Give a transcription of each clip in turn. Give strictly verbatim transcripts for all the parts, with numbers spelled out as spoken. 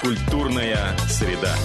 Культурная среда.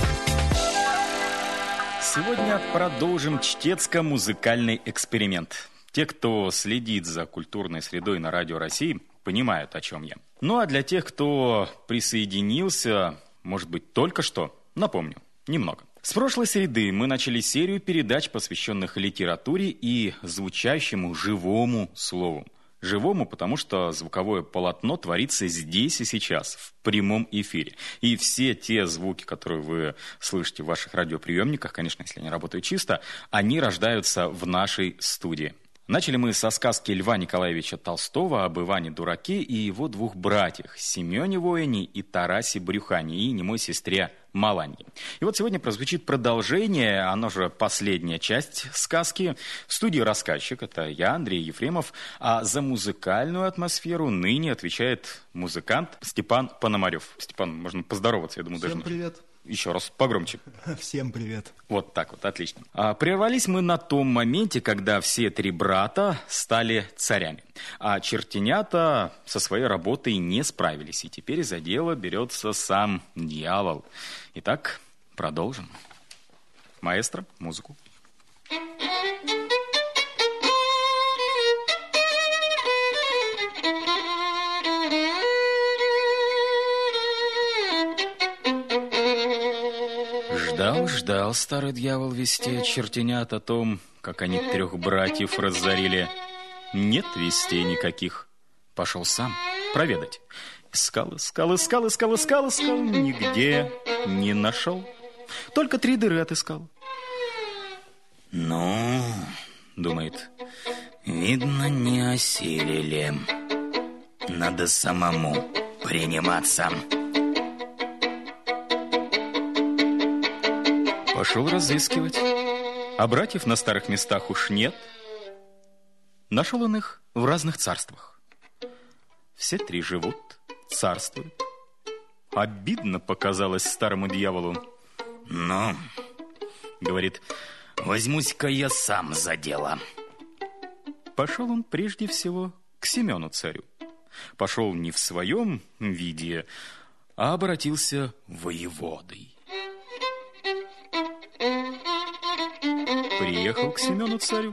Сегодня продолжим чтецко-музыкальный эксперимент. Те, кто следит за культурной средой на Радио России, понимают, о чем я. Ну а для тех, кто присоединился, может быть, только что, напомню, немного. С прошлой среды мы начали серию передач, посвященных литературе и звучащему живому слову. Живому, потому что звуковое полотно творится здесь и сейчас, в прямом эфире. И все те звуки, которые вы слышите в ваших радиоприемниках, конечно, если они работают чисто, они рождаются в нашей студии. Начали мы со сказки Льва Николаевича Толстого об Иване-дураке и его двух братьях Семене Воине и Тарасе Брюхане и немой сестре Маланье. И вот сегодня прозвучит продолжение, оно же последняя часть сказки. В студии рассказчик, это я, Андрей Ефремов, а за музыкальную атмосферу ныне отвечает музыкант Степан Пономарев. Степан, можно поздороваться, я думаю, Всем даже... Всем привет. Еще раз, погромче. Всем привет. Вот так вот, отлично. А, прервались мы на том моменте, когда все три брата стали царями. А чертенята со своей работой не справились. И теперь за дело берется сам дьявол. Итак, продолжим. Маэстро, музыку. Ждал, ждал старый дьявол вести от чертенят о том, как они трех братьев разорили. Нет вестей никаких. Пошел сам проведать. Искал, искал, искал, искал, искал, искал. Нигде не нашел. Только три дыры отыскал. Ну, думает, видно, не осилили. Надо самому приниматься. Пошел разыскивать. А братьев на старых местах уж нет. Нашел он их в разных царствах. Все три живут, царствуют. Обидно показалось старому дьяволу. Ну, говорит, возьмусь-ка я сам за дело. Пошел он прежде всего к Семену царю. Пошел не в своем виде, а обратился воеводой. Приехал к Семену царю.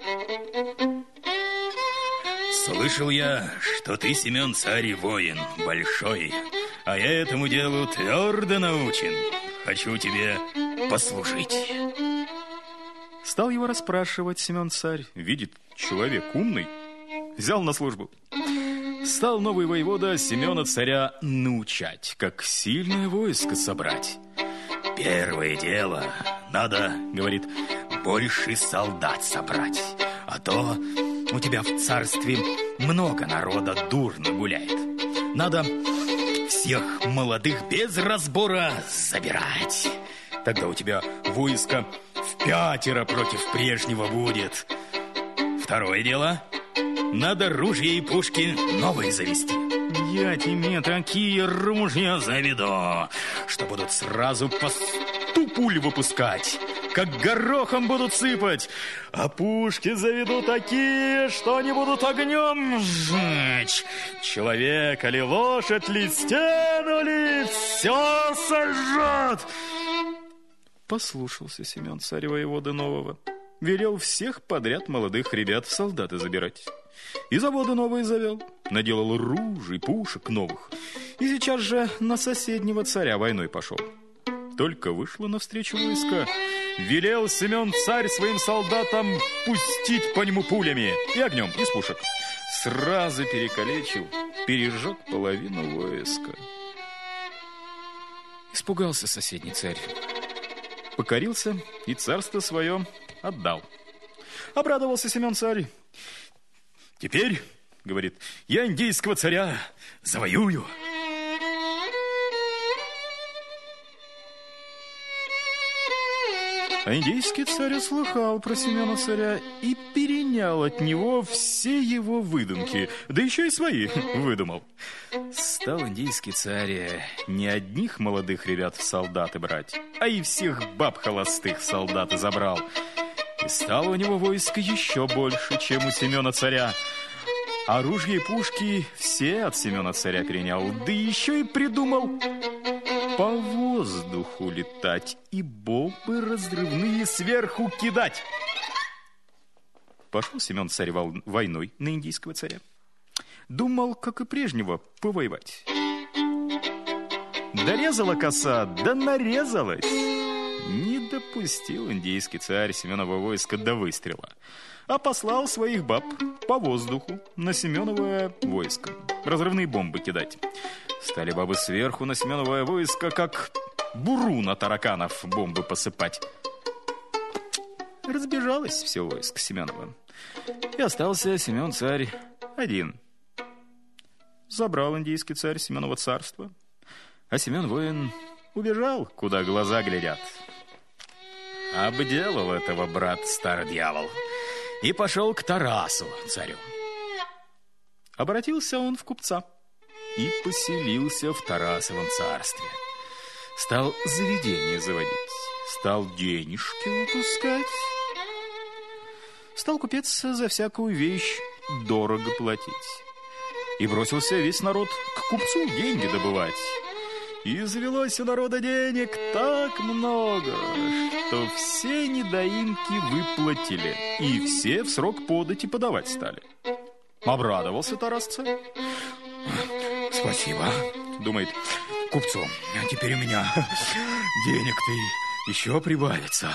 Слышал я, что ты, Семен царь, воин большой, а я этому делу твердо научен. Хочу тебе послужить. Стал его расспрашивать Семен царь. Видит, человек умный. Взял на службу. Стал новый воевода Семена царя научать, как сильное войско собрать. Первое дело, надо, говорит, больше солдат собрать, а то у тебя в царстве много народа дурно гуляет. Надо всех молодых без разбора забирать. Тогда у тебя войско в пятеро против прежнего будет. Второе дело, надо ружья и пушки новые завести. Я тебе такие ружья заведу, что будут сразу по сто пуль выпускать, как горохом будут сыпать. А пушки заведу такие, что они будут огнем сжечь. Человека ли, лошадь ли, стену ли, все сожжет. Послушался Семен царь воеводы нового. Велел всех подряд молодых ребят в солдаты забирать. И заводы новые завел. Наделал ружей, пушек новых. И сейчас же на соседнего царя войной пошел. Только вышло навстречу войска. Велел Семен царь своим солдатам пустить по нему пулями и огнем из пушек. Сразу перекалечил, пережег половину войска. Испугался соседний царь. Покорился и царство свое отдал. Обрадовался Семен царь. Теперь, говорит, я индейского царя завоюю. А индейский царь услыхал про Семена царя и перенял от него все его выдумки, да еще и свои выдумал. Стал индейский царь не одних молодых ребят в солдаты брать, а и всех баб холостых в солдаты забрал. И стало у него войско еще больше, чем у Семена царя. А ружья и пушки все от Семена царя перенял, да еще и придумал по воздуху летать и бомбы разрывные сверху кидать. Пошел Семен царь войной на индийского царя. Думал, как и прежнего, повоевать. Дорезала коса, да нарезалась. Не допустил индийский царь Семенова войска до выстрела, а послал своих баб по воздуху на Семеново войско разрывные бомбы кидать. Стали бабы сверху на Семеново войско, как буру на тараканов, бомбы посыпать. Разбежалось все войско Семенова, и остался Семен царь один. Забрал индийский царь Семеново царство, а Семен воин убежал, куда глаза глядят. Обделал этого брат старый дьявол и пошел к Тарасу царю. Обратился он в купца и поселился в Тарасовом царстве. Стал заведение заводить, стал денежки выпускать. Стал купец за всякую вещь дорого платить. И бросился весь народ к купцу деньги добывать. И завелось у народа денег так много, что все недоимки выплатили, и все в срок подати подавать стали. Обрадовался Тарас царь. Спасибо, думает, купцу, а теперь у меня денег-то еще прибавится.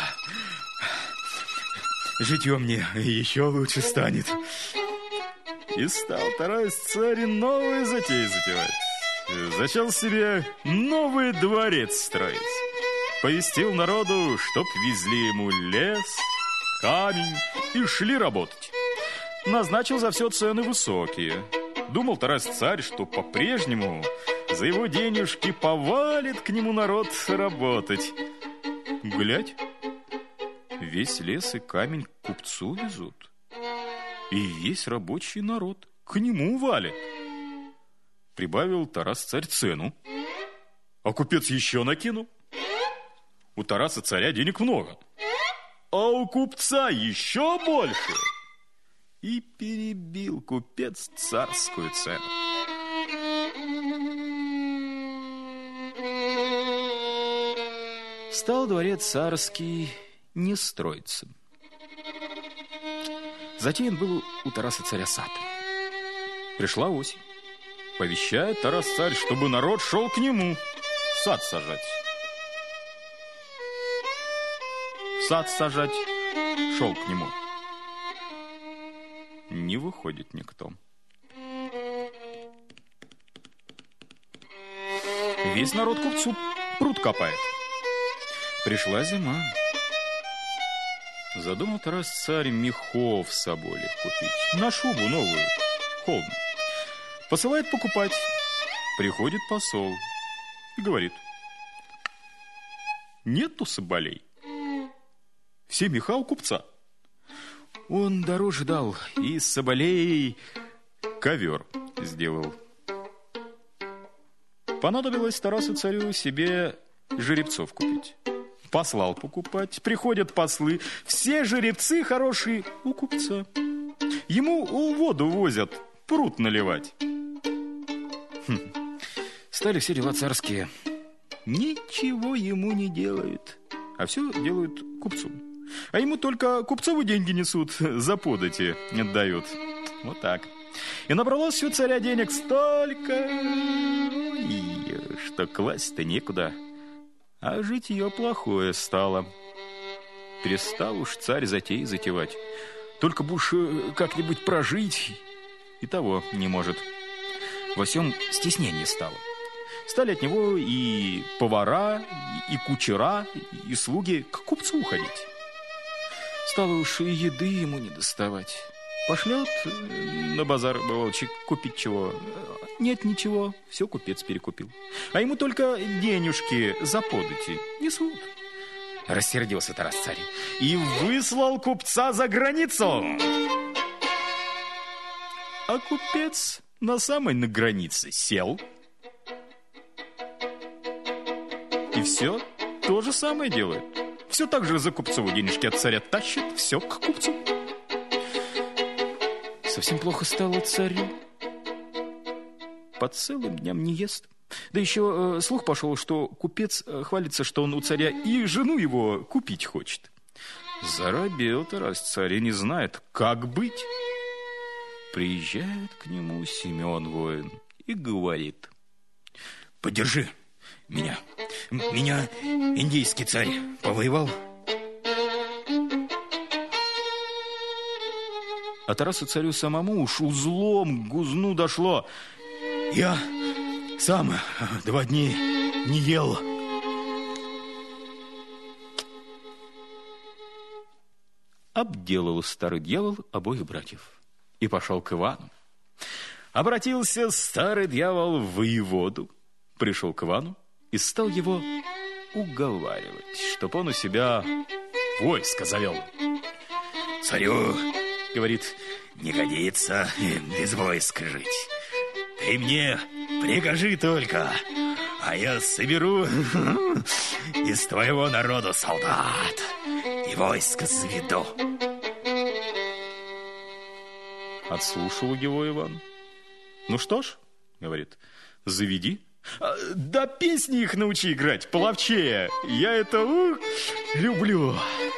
Житье мне еще лучше станет. И стал Тарас царь новые затеи затевать. Зачал себе новый дворец строить. Повестил народу, чтоб везли ему лес, камень и шли работать. Назначил за все цены высокие. Думал Тарас царь, что по-прежнему за его денежки повалит к нему народ работать. Глядь, весь лес и камень к купцу везут, и весь рабочий народ к нему валит. Прибавил Тарас царь цену, а купец еще накинул. У Тараса царя денег много, а у купца еще больше. И перебил купец царскую цену. Стал дворец царский не строиться. Затеян был у Тараса царя сад. Пришла осень. Повещает Тарас царь, чтобы народ шел к нему сад сажать. Сад сажать шел к нему. Не выходит никто. Весь народ купцу пруд копает. Пришла зима. Задумал Тарас царь мехов соболей купить на шубу новую, холодную. Посылает покупать. Приходит посол и говорит: нету соболей, все меха у купца. Он дороже дал и из соболей ковер сделал. Понадобилось Тарасу царю себе жеребцов купить. Послал покупать. Приходят послы. Все жеребцы хорошие у купца. Ему воду возят, пруд наливать. Хм. Стали все дела царские. Ничего ему не делают, а все делают купцу. А ему только купцовы деньги несут, за подати отдают. Вот так. И набралось все царя денег столько, ой, что класть-то некуда. А житье плохое стало. Перестал уж царь затеи затевать. Только бы уж как-нибудь прожить, и того не может. Во всем стеснение стало. Стали от него и повара, и кучера, и слуги к купцу уходить. Стало уж и еды ему не доставать. Пошлет на базар бывалчик купить чего. Нет ничего, все купец перекупил. А ему только денежки за подати несут. Рассердился Тарас царь и выслал купца за границу. А купец на самой на границе сел. И все то же самое делает. Все так же за купцову денежки от царя тащит, все к купцу. Совсем плохо стало царю. По целым дням не ест, Да еще э, слух пошел, что купец э, хвалится, что он у царя и жену его купить хочет. Заробел Тарас царь и не знает, как быть. Приезжает к нему Семен воин и говорит: подержи меня. Меня индийский царь повоевал. А Тарасу царю самому уж узлом к гузну дошло. Я сам два дня не ел. Обделал старый дьявол обоих братьев и пошел к Ивану. Обратился старый дьявол в воеводу, пришел к Ивану и стал его уговаривать, чтоб он у себя войско завел. Царю, говорит, не годится без войска жить. Ты мне прикажи только, а я соберу из твоего народа солдат и войско заведу. Отслушал его Иван. Ну что ж, говорит, заведи. А, да песни их научи играть, половчее. Я это ух, люблю.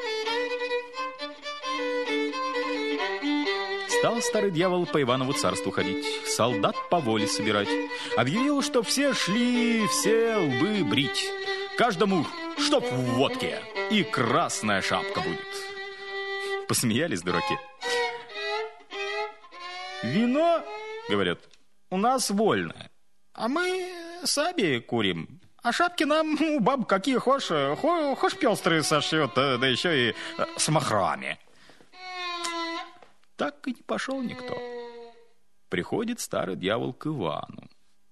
Стал старый дьявол по Иванову царству ходить, солдат по воле собирать. Объявил, что все шли, все лбы брить. Каждому чтоб в водке, и красная шапка будет. Посмеялись дураки. Вино, говорят, у нас вольное, а мы сами курим. А шапки нам у баб какие хошь, хошь пестрые сошьет, да, да еще и с махрами. Так и не пошел никто. Приходит старый дьявол к Ивану.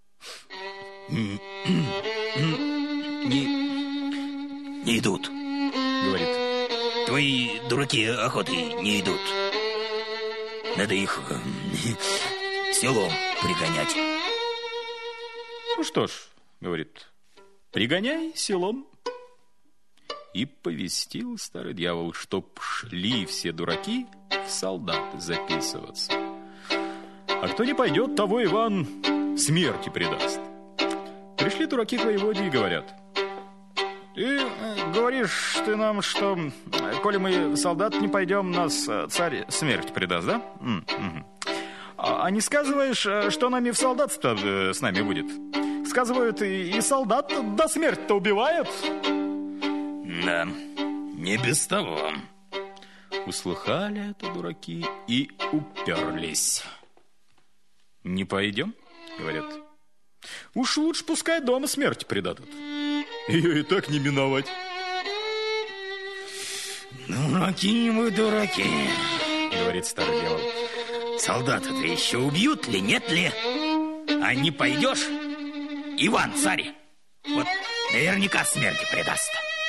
Не, не идут, говорит. Твои дураки охоты не идут. Надо их э, селом пригонять. Ну что ж, говорит, пригоняй селом. И повестил старый дьявол, чтоб шли все дураки в солдаты записываться. А кто не пойдет, того Иван смерти предаст. Пришли дураки к воеводе и говорят: ты э, говоришь ты нам, что коли мы солдат не пойдем, нас царь смерть предаст, да? М-м-м. А, а не сказываешь, что нами в солдат-то э, с нами будет? Сказывают, и, и солдат до смерти-то убивают. Да, не без того. Услыхали это дураки и уперлись. Не пойдем, говорят. Уж лучше пускай дома смерти предадут. Ее и так не миновать. Дураки вы, дураки, говорит старый дьявол. Солдаты-то еще убьют ли, нет ли? А не пойдешь, Иван царь вот наверняка смерти предаст.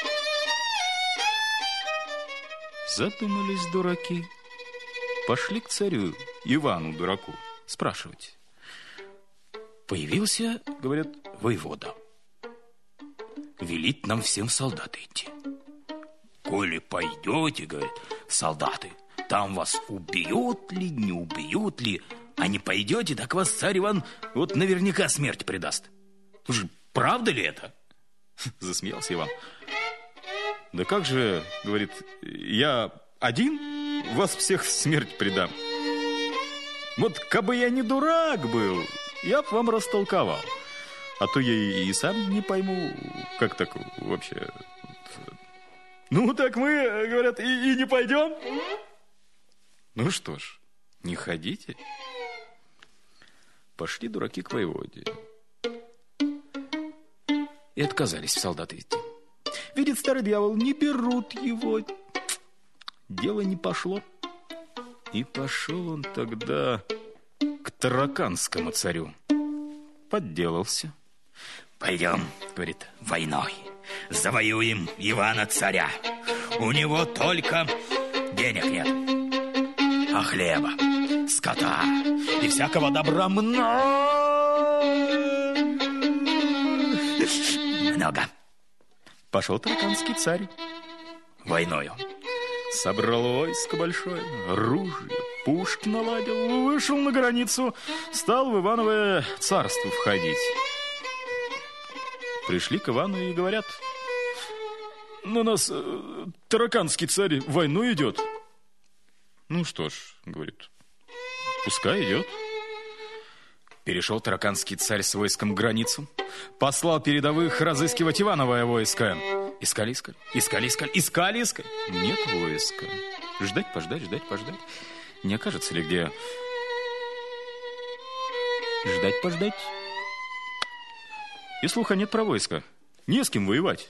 Задумались дураки. Пошли к царю Ивану дураку спрашивать. Появился, говорят, воевода. Велит нам всем в солдаты идти. Коли пойдете, говорит, в солдаты, там вас убьют ли, не убьют ли, а не пойдете, так вас царь Иван вот наверняка смерть предаст. Слушай, правда ли это? Засмеялся Иван. Да как же, говорит, я один вас всех смерть предам. Вот кабы я не дурак был, я б вам растолковал. А то я и сам не пойму, как так вообще. Ну так мы, говорят, и, и не пойдем. Ну что ж, не ходите. Пошли дураки к воеводе и отказались в солдаты идти. Видит старый дьявол, не берут его. Дело не пошло. И пошел он тогда к тараканскому царю. Подделался. Пойдем, говорит, войной завоюем Ивана царя. У него только денег нет, а хлеба, скота и всякого добра много. Много. Пошел тараканский царь войною. Собрал войско большое, оружие, пушки наладил, вышел на границу, стал в Ивановое царство входить. Пришли к Ивану и говорят: на нас э, тараканский царь войну идет. Ну что ж, говорит, пускай идет. Перешел тараканский царь с войском границу, послал передовых разыскивать Ивановое войско. Искали, искали, искали, искали, искали, искали. Нет войска. Ждать, пождать, ждать, пождать. Не окажется ли где? Ждать, пождать. И слуха нет про войско. Не с кем воевать.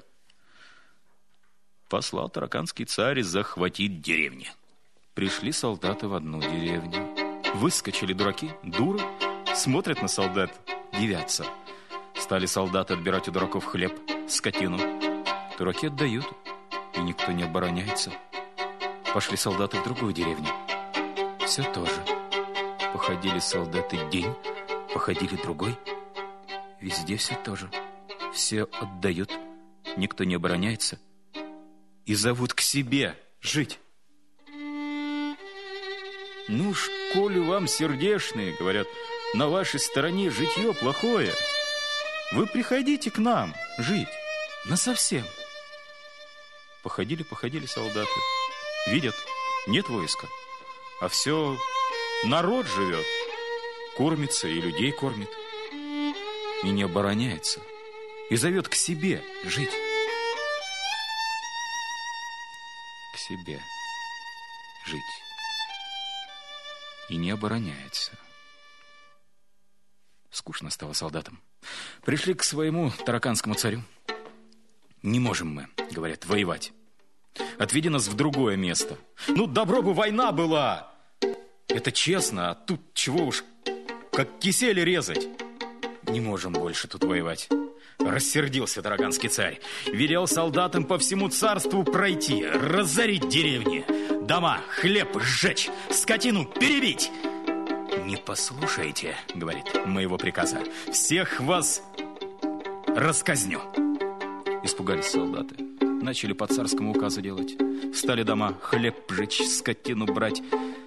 Послал тараканский царь захватить деревни. Пришли солдаты в одну деревню. Выскочили дураки, дуры, смотрят на солдат, дивятся. Стали солдаты отбирать у дураков хлеб, скотину. Дураки отдают, и никто не обороняется. Пошли солдаты в другую деревню. Все то же. Походили солдаты день, походили другой. Везде все то же. Все отдают, никто не обороняется. И зовут к себе жить. Ну, коли вам сердешные, говорят, на вашей стороне житье плохое, вы приходите к нам жить насовсем. Походили, походили солдаты. Видят, нет войска, а все народ живет, кормится и людей кормит, и не обороняется, и зовет к себе жить. К себе жить. И не обороняется. Скучно стало солдатам. Пришли к своему тараканскому царю. Не можем мы, говорят, воевать. Отведи нас в другое место. Ну, добро бы война была. Это честно, а тут чего уж, как кисель резать. Не можем больше тут воевать. Рассердился тараканский царь. Велел солдатам по всему царству пройти, разорить деревни, дома, хлеб сжечь, скотину перебить. Не послушайте, говорит, моего приказа, всех вас расказню. Испугались солдаты. Начали по царскому указу делать. Стали дома хлеб жечь, скотину брать.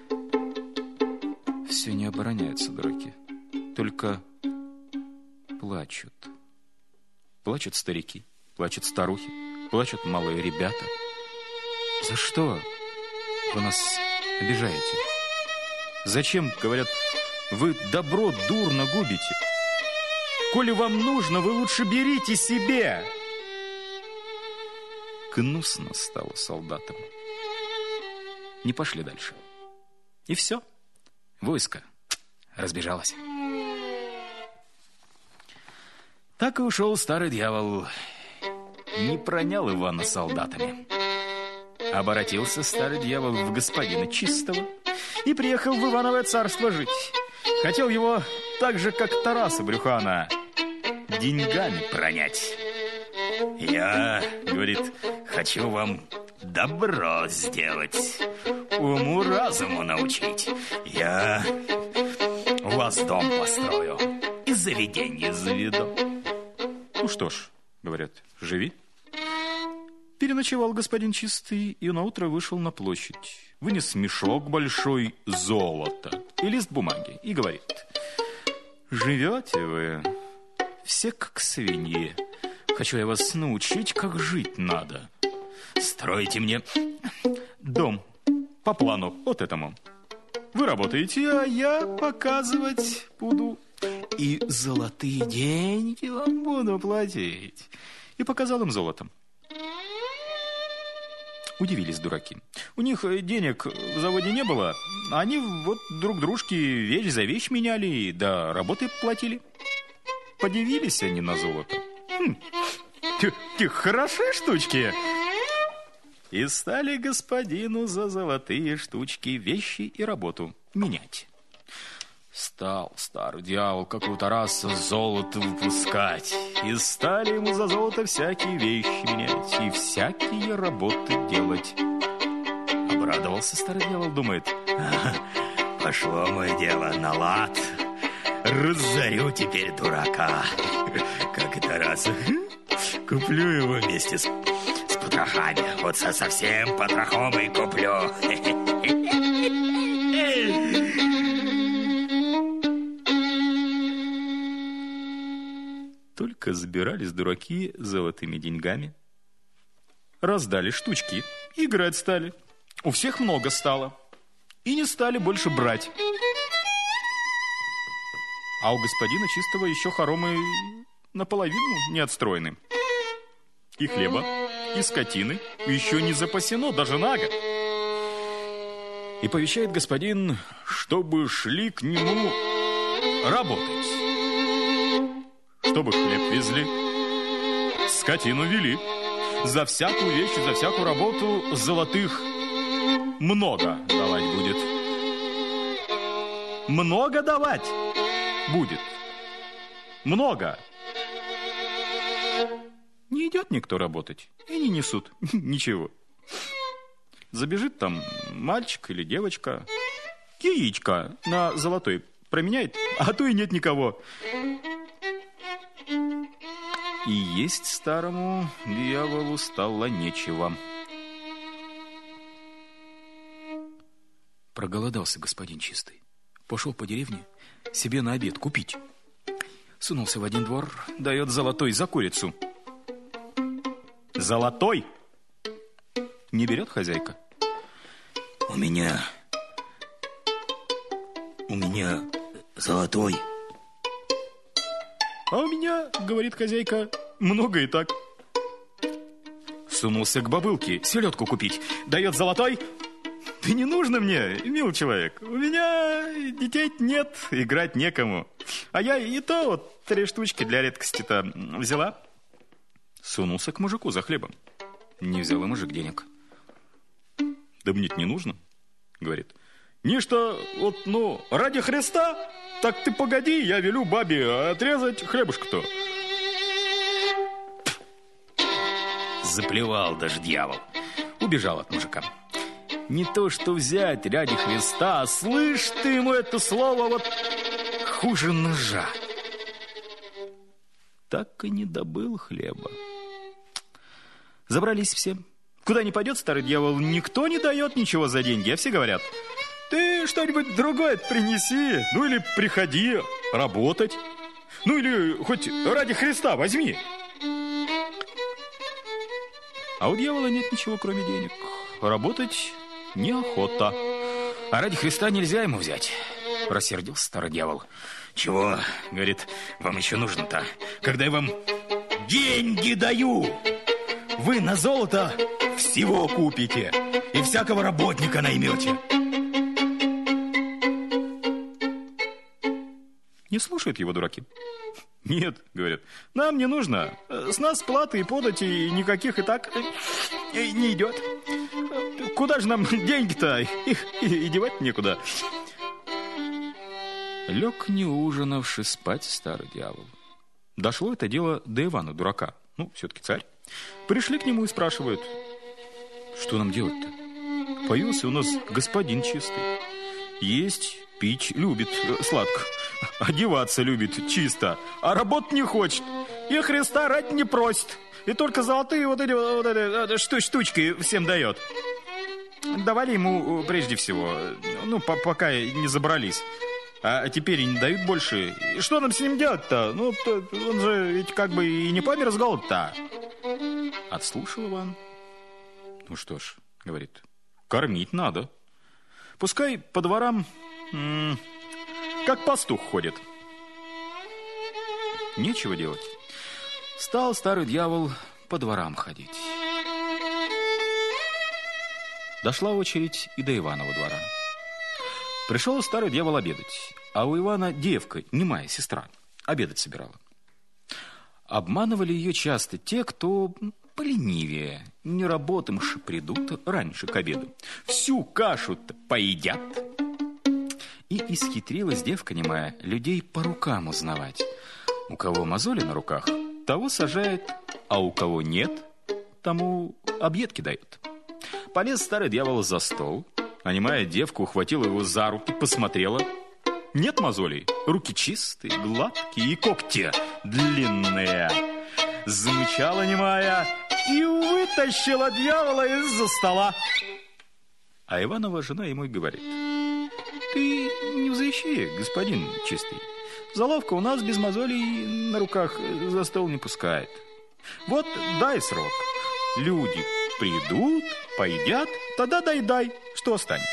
Все не обороняются дураки. Только плачут. Плачут старики, плачут старухи, плачут малые ребята. За что вы нас обижаете? Зачем, говорят, вы добро дурно губите? Коли вам нужно, вы лучше берите себе. Гнусно стало солдатам. Не пошли дальше. И все. Войско разбежалось. Так и ушел старый дьявол. Не пронял Ивана солдатами. Обратился старый дьявол в господина Чистого и приехал в Ивановое царство жить. Хотел его так же, как Тараса Брюхана, деньгами пронять. Я, говорит, хочу вам добро сделать, уму-разуму научить. Я у вас дом построю и заведение заведу. Ну что ж, говорят, живи. Переночевал господин Чистый и наутро вышел на площадь. Вынес мешок большой золота и лист бумаги и говорит: живете вы все как свиньи. Хочу я вас научить, как жить надо. Стройте мне дом по плану вот этому. Вы работаете, а я показывать буду. И золотые деньги вам буду платить. И показал им золотом. Удивились дураки. У них денег в заводе не было. Они вот друг дружке вещь за вещь меняли, да работы платили. Подивились они на золото. Хм, те хорошие штучки. И стали господину за золотые штучки вещи и работу менять. Стал старый дьявол, как у Тараса, золото выпускать. И стали ему за золото всякие вещи менять и всякие работы делать. Обрадовался старый дьявол, думает: пошло мое дело на лад. Разорю теперь дурака, как и Тараса. Куплю его вместе с, с потрохами. Вот со совсем потрохом и куплю. Только Только забирались дураки золотыми деньгами. Раздали штучки, играть стали. У всех много стало. И не стали больше брать. А у господина чистого еще хоромы наполовину не отстроены. И хлеба, и скотины еще не запасено даже на год. И повещает господин, чтобы шли к нему работать. Чтобы хлеб везли, скотину вели. За всякую вещь, за всякую работу золотых много давать будет. Много давать будет. Много. Не идет никто работать. И не несут ничего. Забежит там мальчик или девочка, яичко на золотой променяет, а то и нет никого. И есть старому дьяволу стало нечего. Проголодался господин чистый. Пошел по деревне себе на обед купить. Сунулся в один двор, дает золотой за курицу. Золотой? Не берет хозяйка? У меня... У меня золотой. А у меня, говорит хозяйка, много и так. Сунулся к бабылке селедку купить. Дает золотой. Да не нужно мне, милый человек. У меня детей нет, играть некому. А я и то вот три штучки для редкости-то взяла. Сунулся к мужику за хлебом. Не взял и мужик денег. Да мне не нужно, говорит. Ничто, вот, ну, ради Христа, так ты погоди, я велю бабе отрезать хлебушка-то. Заплевал даже дьявол. Убежал от мужика. Не то что взять ради Христа, а слышь ты ему это слово вот хуже ножа. Так и не добыл хлеба. Забрались все. Куда ни пойдет старый дьявол, никто не дает ничего за деньги, а все говорят: ты что-нибудь другое принеси, ну или приходи работать, ну или хоть ради Христа возьми. А у дьявола нет ничего, кроме денег. Работать неохота. А ради Христа нельзя ему взять. Рассердился старый дьявол. Чего, говорит, вам еще нужно-то? Когда я вам деньги даю, вы на золото всего купите и всякого работника наймете. Не слушают его дураки. Нет, говорят, нам не нужно. С нас платы и подати никаких и так не идет. Куда же нам деньги-то? Их и девать некуда. Лег не ужинавши спать старый дьявол. Дошло это дело до Ивана дурака. Ну, все-таки царь. Пришли к нему и спрашивают: что нам делать-то? Появился у нас господин чистый. Есть, пить любит сладко, одеваться любит чисто, а работать не хочет, и Христа ради не просит, и только золотые вот эти вот эти шту штучки всем дает. Давали ему прежде всего, ну, по пока не забрались. А теперь и не дают больше. И что нам с ним делать-то? Ну, он же ведь как бы и не помер с голода-то. Отслушал Иван. Ну что ж, говорит, кормить надо. Пускай по дворам как пастух ходит. Нечего делать. Стал старый дьявол по дворам ходить. Дошла очередь и до Иванова двора. Пришел старый дьявол обедать, а у Ивана девка, немая сестра, обедать собирала. Обманывали ее часто те, кто поленивее, не работамши придут раньше к обеду. Всю кашу-то поедят. И исхитрилась девка немая людей по рукам узнавать. У кого мозоли на руках, того сажает, а у кого нет, тому объедки дают. Полез старый дьявол за стол, а немая девка ухватила его за руки, посмотрела. Нет мозолей, руки чистые, гладкие и когти длинные. Замычала немая и вытащила дьявола из-за стола. А Иванова жена ему и говорит: ты не взыщи, господин чистый. Заловка у нас без мозолей на руках за стол не пускает. Вот дай срок. Люди придут, поедят, тогда дай-дай, что останется.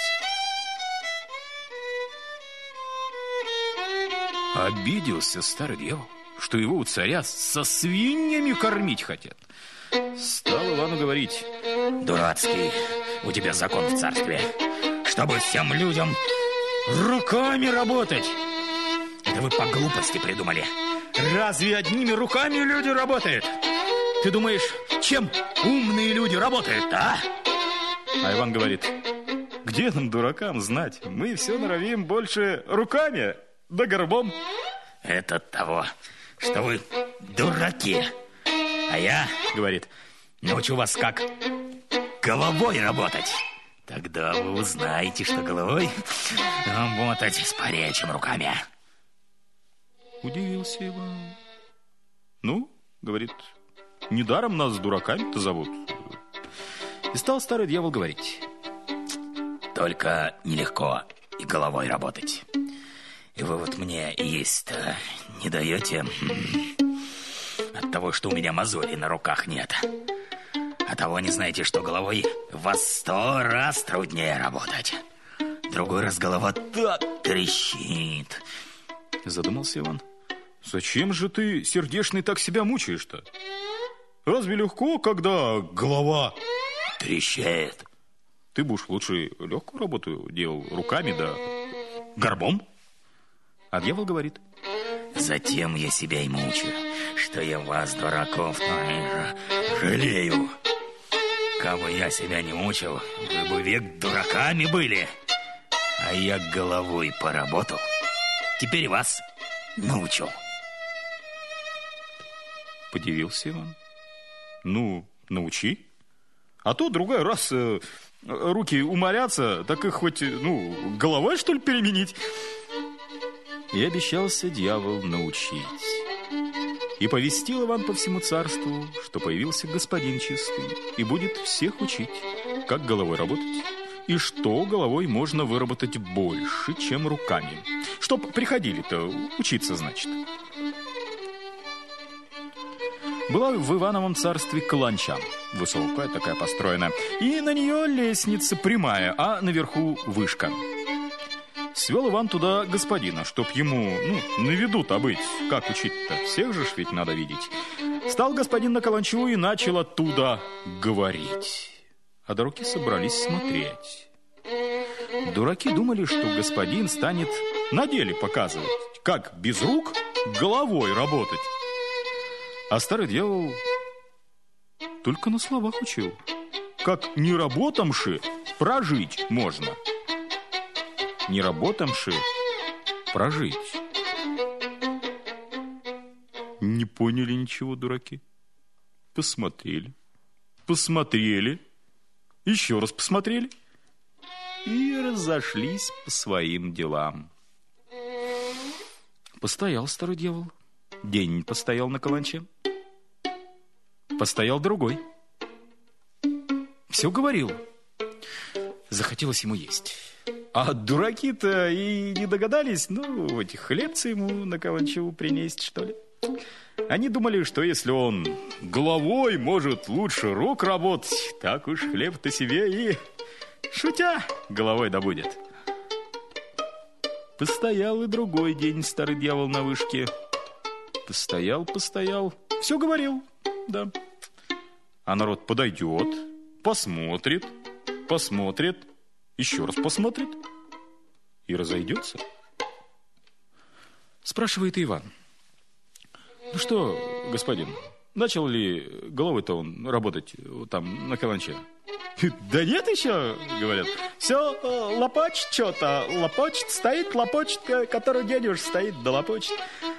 Обиделся старый дьявол, что его у царя со свиньями кормить хотят. Стал Ивану говорить: дурацкий у тебя закон в царстве, чтобы всем людям руками работать. Это вы по глупости придумали. Разве одними руками люди работают? Ты думаешь, чем умные люди работают, а? А Иван говорит: где нам, дуракам, знать? Мы все норовим больше руками да горбом. Это от того, что вы дураки. А я, говорит, научу вас как головой работать. Тогда вы узнаете, что головой работать скорее, чем руками. Удивился Иван. Ну, говорит, недаром нас дураками-то зовут. И стал старый дьявол говорить: только нелегко и головой работать. И вы вот мне есть-то не даете от того, что у меня мозолей на руках нет. А того не знаете, что головой во сто раз труднее работать. Другой раз голова так трещит. Задумался Иван. Зачем же ты, сердечный, так себя мучаешь-то? Разве легко, когда голова трещит? Ты будешь лучше легкую работу делал руками да горбом. А дьявол говорит: затем я себя и мучаю, что я вас, дураков, жалею. Как бы я себя не мучил, вы бы век дураками были. А я головой поработал. Теперь вас научу. Подивился Иван. Ну, научи. А то другой раз э, руки уморятся, так их хоть, ну, головой, что ли, переменить? И обещался дьявол научить. И повестил Иван по всему царству, что появился господин чистый и будет всех учить, как головой работать, и что головой можно выработать больше, чем руками. Чтоб приходили-то учиться, значит. Была в Ивановом царстве каланча, высокая такая построена, и на нее лестница прямая, а наверху вышка. Свел Иван туда господина, чтоб ему, ну, на виду-то быть. Как учить-то? Всех же ж ведь надо видеть. Стал господин на каланчу и начал оттуда говорить. А дураки собрались смотреть. Дураки думали, что господин станет на деле показывать, как без рук головой работать. А старый дьявол только на словах учил, как не работамши прожить можно. Не работамши прожить. Не поняли ничего дураки. Посмотрели, посмотрели, еще раз посмотрели и разошлись по своим делам. Постоял старый дьявол, день постоял на каланче. Постоял другой. Все говорил. Захотелось ему есть. А дураки-то и не догадались, ну, эти хлебцы ему на каланчу принести, что ли. Они думали, что если он головой может лучше рук работать, так уж хлеб-то себе и, шутя, головой добудет. Постоял и другой день старый дьявол на вышке. Постоял, постоял, все говорил, да. А народ подойдет, посмотрит, посмотрит, еще раз посмотрит и разойдется. Спрашивает Иван: ну что, господин, начал ли головой-то он работать там на каланче? Да нет еще, говорят. Все лопочет что-то, лопочет, стоит, лопочет, который день уж стоит, да лопочет.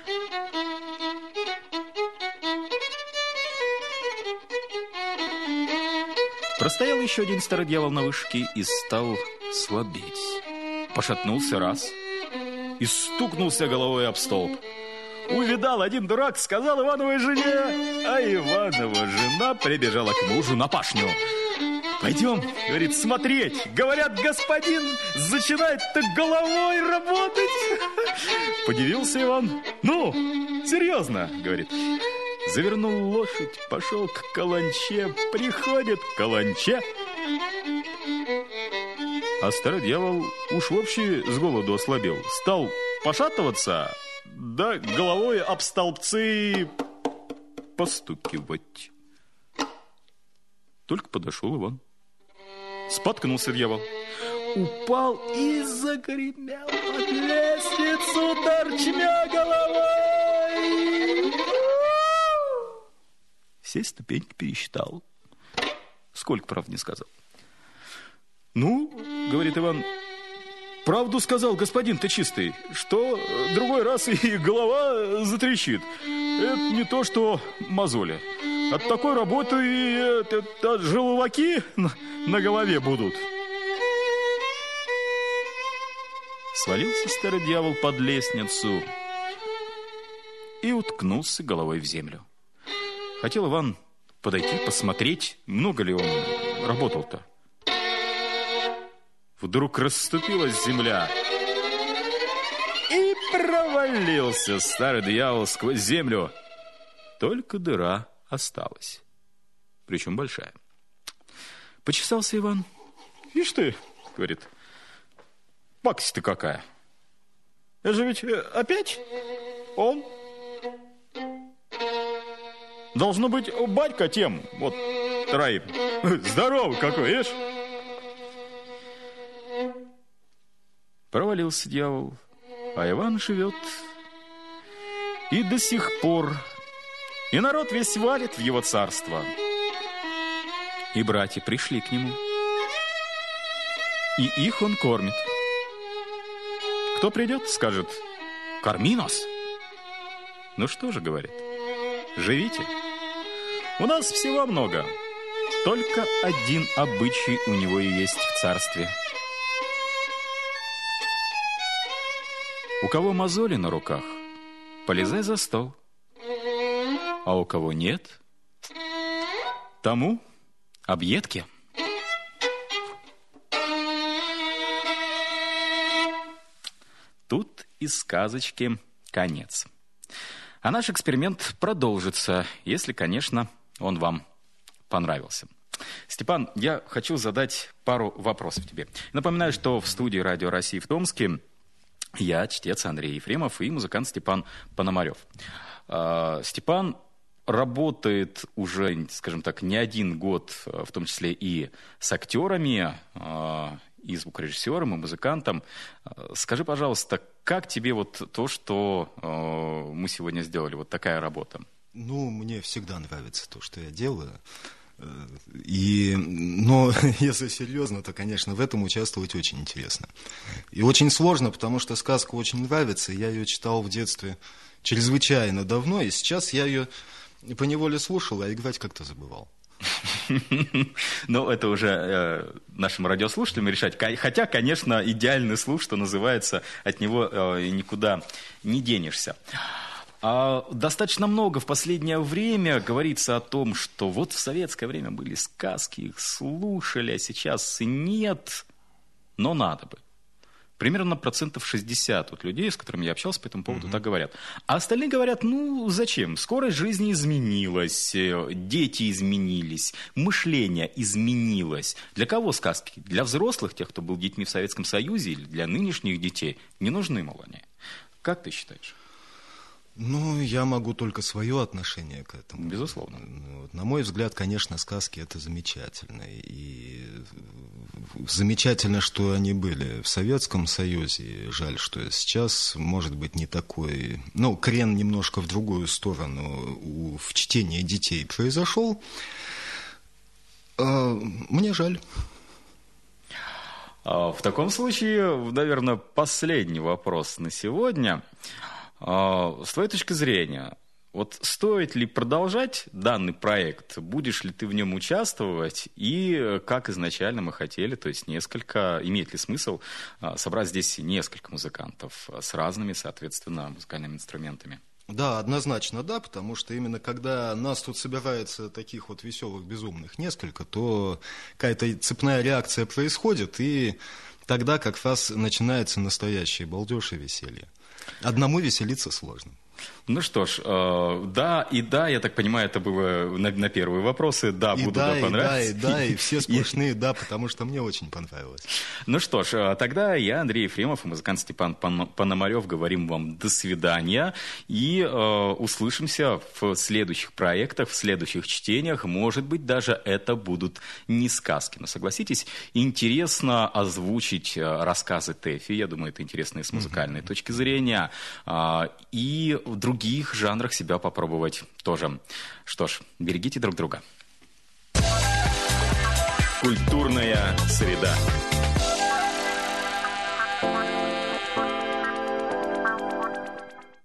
Простоял еще один старый дьявол на вышке и стал слабеть. Пошатнулся раз и стукнулся головой об столб. Увидал один дурак, сказал Ивановой жене, а Иванова жена прибежала к мужу на пашню. Пойдем, говорит, смотреть. Говорят, господин начинает-то головой работать. Подивился Иван. Ну, серьезно, говорит. Завернул лошадь, пошел к каланче. Приходит к каланче. А старый дьявол уж вообще с голоду ослабел. Стал пошатываться, да головой об столбцы постукивать. Только подошел Иван. Споткнулся дьявол. Упал и загремел под лестницу, торчмя головой. Все ступеньки пересчитал. Сколько, правда, не сказал. Ну, говорит Иван, правду сказал господин ты чистый, что другой раз и голова затрещит. Это не то, что мозоли. От такой работы и от, от желваки на, на голове будут. Свалился старый дьявол под лестницу и уткнулся головой в землю. Хотел Иван подойти, посмотреть, много ли он работал-то. Вдруг расступилась земля, и провалился старый дьявол сквозь землю. Только дыра осталась, причем большая. Почесался Иван. Ишь ты, говорит, пакость-то какая. Это же ведь опять он. Должно быть, батька тем, вот, троим. Здоровый какой, ишь. Провалился дьявол, а Иван живет. И до сих пор. И народ весь валит в его царство. И братья пришли к нему. И их он кормит. Кто придет, скажет, корми нас. Ну что же, говорит, живите. У нас всего много. Только один обычай у него и есть в царстве. У кого мозоли на руках, полезай за стол. А у кого нет, тому объедки. Тут и сказочки конец. А наш эксперимент продолжится, если, конечно, он вам понравился. Степан, я хочу задать пару вопросов тебе. Напоминаю, что в студии Радио России в Томске я, чтец Андрей Ефремов, и музыкант Степан Пономарев. Степан работает уже, скажем так, не один год, в том числе и с актерами, и звукорежиссером, и музыкантом. Скажи, пожалуйста, как тебе вот то, что мы сегодня сделали, вот такая работа? Ну, мне всегда нравится то, что я делаю. И, но если серьезно, то, конечно, в этом участвовать очень интересно. И очень сложно, потому что сказка очень нравится. Я ее читал в детстве чрезвычайно давно, и сейчас я ее поневоле слушал, а играть как-то забывал. Ну, это уже э, нашим радиослушателям решать. Хотя, конечно, идеальный слух, что называется, от него э, никуда не денешься. А достаточно много в последнее время говорится о том, что вот в советское время были сказки, их слушали, а сейчас нет, но надо бы. Примерно процентов шестьдесят вот людей, с которыми я общался по этому поводу, mm-hmm. так говорят. А остальные говорят, ну зачем? Скорость жизни изменилась, дети изменились, мышление изменилось. Для кого сказки? Для взрослых, тех, кто был детьми в Советском Союзе, или для нынешних детей не нужны, мол, они. Как ты считаешь? Ну, я могу только свое отношение к этому. Безусловно. Вот. На мой взгляд, конечно, сказки это замечательно. И замечательно, что они были в Советском Союзе. Жаль, что сейчас, может быть, не такой... Ну, крен немножко в другую сторону у, в чтении детей произошел. А, мне жаль. В таком случае, наверное, последний вопрос на сегодня. С твоей точки зрения, вот стоит ли продолжать данный проект? Будешь ли ты в нем участвовать? И как изначально мы хотели, то есть несколько, имеет ли смысл собрать здесь несколько музыкантов с разными, соответственно, музыкальными инструментами? Да, однозначно да, потому что именно когда нас тут собирается таких вот веселых, безумных несколько, то какая-то цепная реакция происходит, и тогда как раз начинается настоящий балдеж и веселье. Одному веселиться сложно. Ну что ж, э, да и да, я так понимаю, это было на, на первые вопросы. Да, и буду да, да, понравится. И да, и да, и все сплошные да, потому что мне очень понравилось. Ну что ж, тогда я, Андрей Ефремов и музыкант Степан Пономарев говорим вам до свидания. И э, услышимся в следующих проектах, в следующих чтениях. Может быть, даже это будут не сказки. Но согласитесь, интересно озвучить рассказы Тэфи. Я думаю, это интересно и с музыкальной mm-hmm. точки зрения. Э, и в других жанрах себя попробовать тоже. Что ж, берегите друг друга. Культурная среда.